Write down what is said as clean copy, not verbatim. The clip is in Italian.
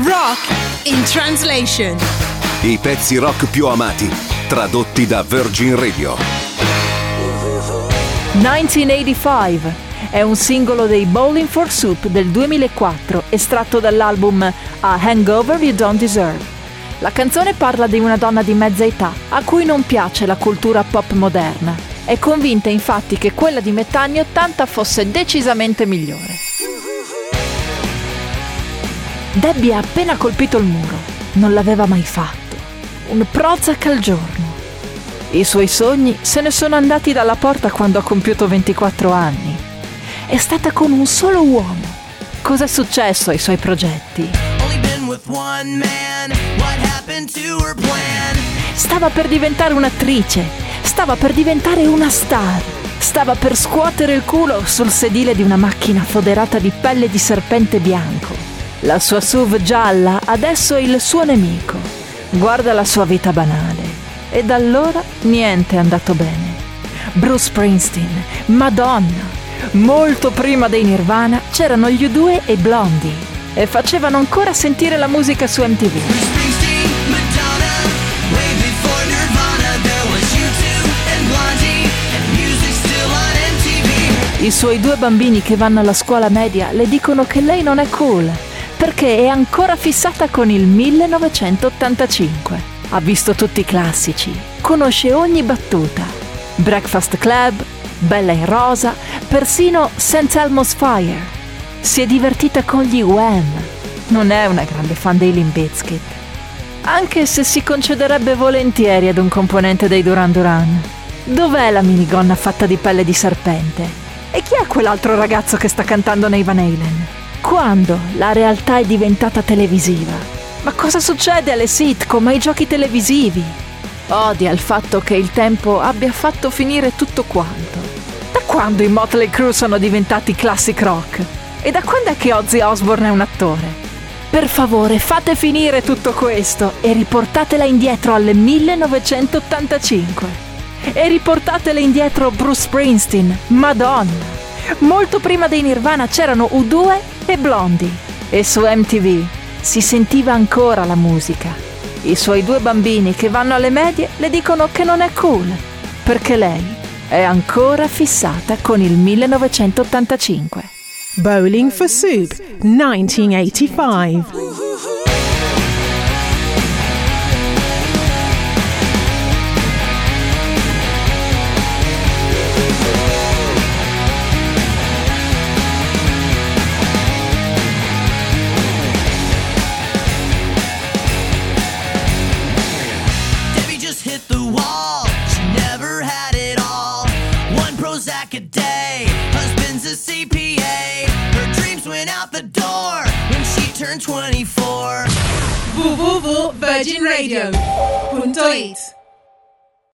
Rock in Translation. I pezzi rock più amati, tradotti da Virgin Radio. 1985 è un singolo dei Bowling for Soup del 2004, estratto dall'album A Hangover You Don't Deserve. La canzone parla di una donna di mezza età a cui non piace la cultura pop moderna. È convinta infatti che quella di metà anni 80 fosse decisamente migliore. Debbie ha appena colpito il muro. Non l'aveva mai fatto. Un Prozac al giorno. I suoi sogni se ne sono andati dalla porta quando ha compiuto 24 anni. È stata con un solo uomo. Cos'è successo ai suoi progetti? Stava per diventare un'attrice. Stava per diventare una star. Stava per scuotere il culo sul sedile di una macchina foderata di pelle di serpente bianco. La sua SUV gialla adesso è il suo nemico. Guarda la sua vita banale. E da allora niente è andato bene. Bruce Springsteen, Madonna. Molto prima dei Nirvana c'erano gli U2 e Blondie e facevano ancora sentire la musica su MTV. I suoi 2 bambini che vanno alla scuola media le dicono che lei non è cool perché è ancora fissata con il 1985. Ha visto tutti i classici, conosce ogni battuta. Breakfast Club, Bella in rosa, persino St. Elmo's Fire. Si è divertita con gli Wham. Non è una grande fan dei Limp Bizkit, anche se si concederebbe volentieri ad un componente dei Duran Duran. Dov'è la minigonna fatta di pelle di serpente? E chi è quell'altro ragazzo che sta cantando nei Van Halen? Quando la realtà è diventata televisiva? Ma cosa succede alle sitcom, ai giochi televisivi? Odia il fatto che il tempo abbia fatto finire tutto quanto. Da quando i Motley Crue sono diventati classic rock? E da quando è che Ozzy Osbourne è un attore? Per favore, fate finire tutto questo e riportatela indietro al 1985. E riportatele indietro Bruce Springsteen, Madonna. Molto prima dei Nirvana c'erano U2 e Blondie. E su MTV si sentiva ancora la musica. I suoi 2 bambini che vanno alle medie le dicono che non è cool, perché lei è ancora fissata con il 1985. Bowling for Soup, 1985. Turned 24. www.virginradio.it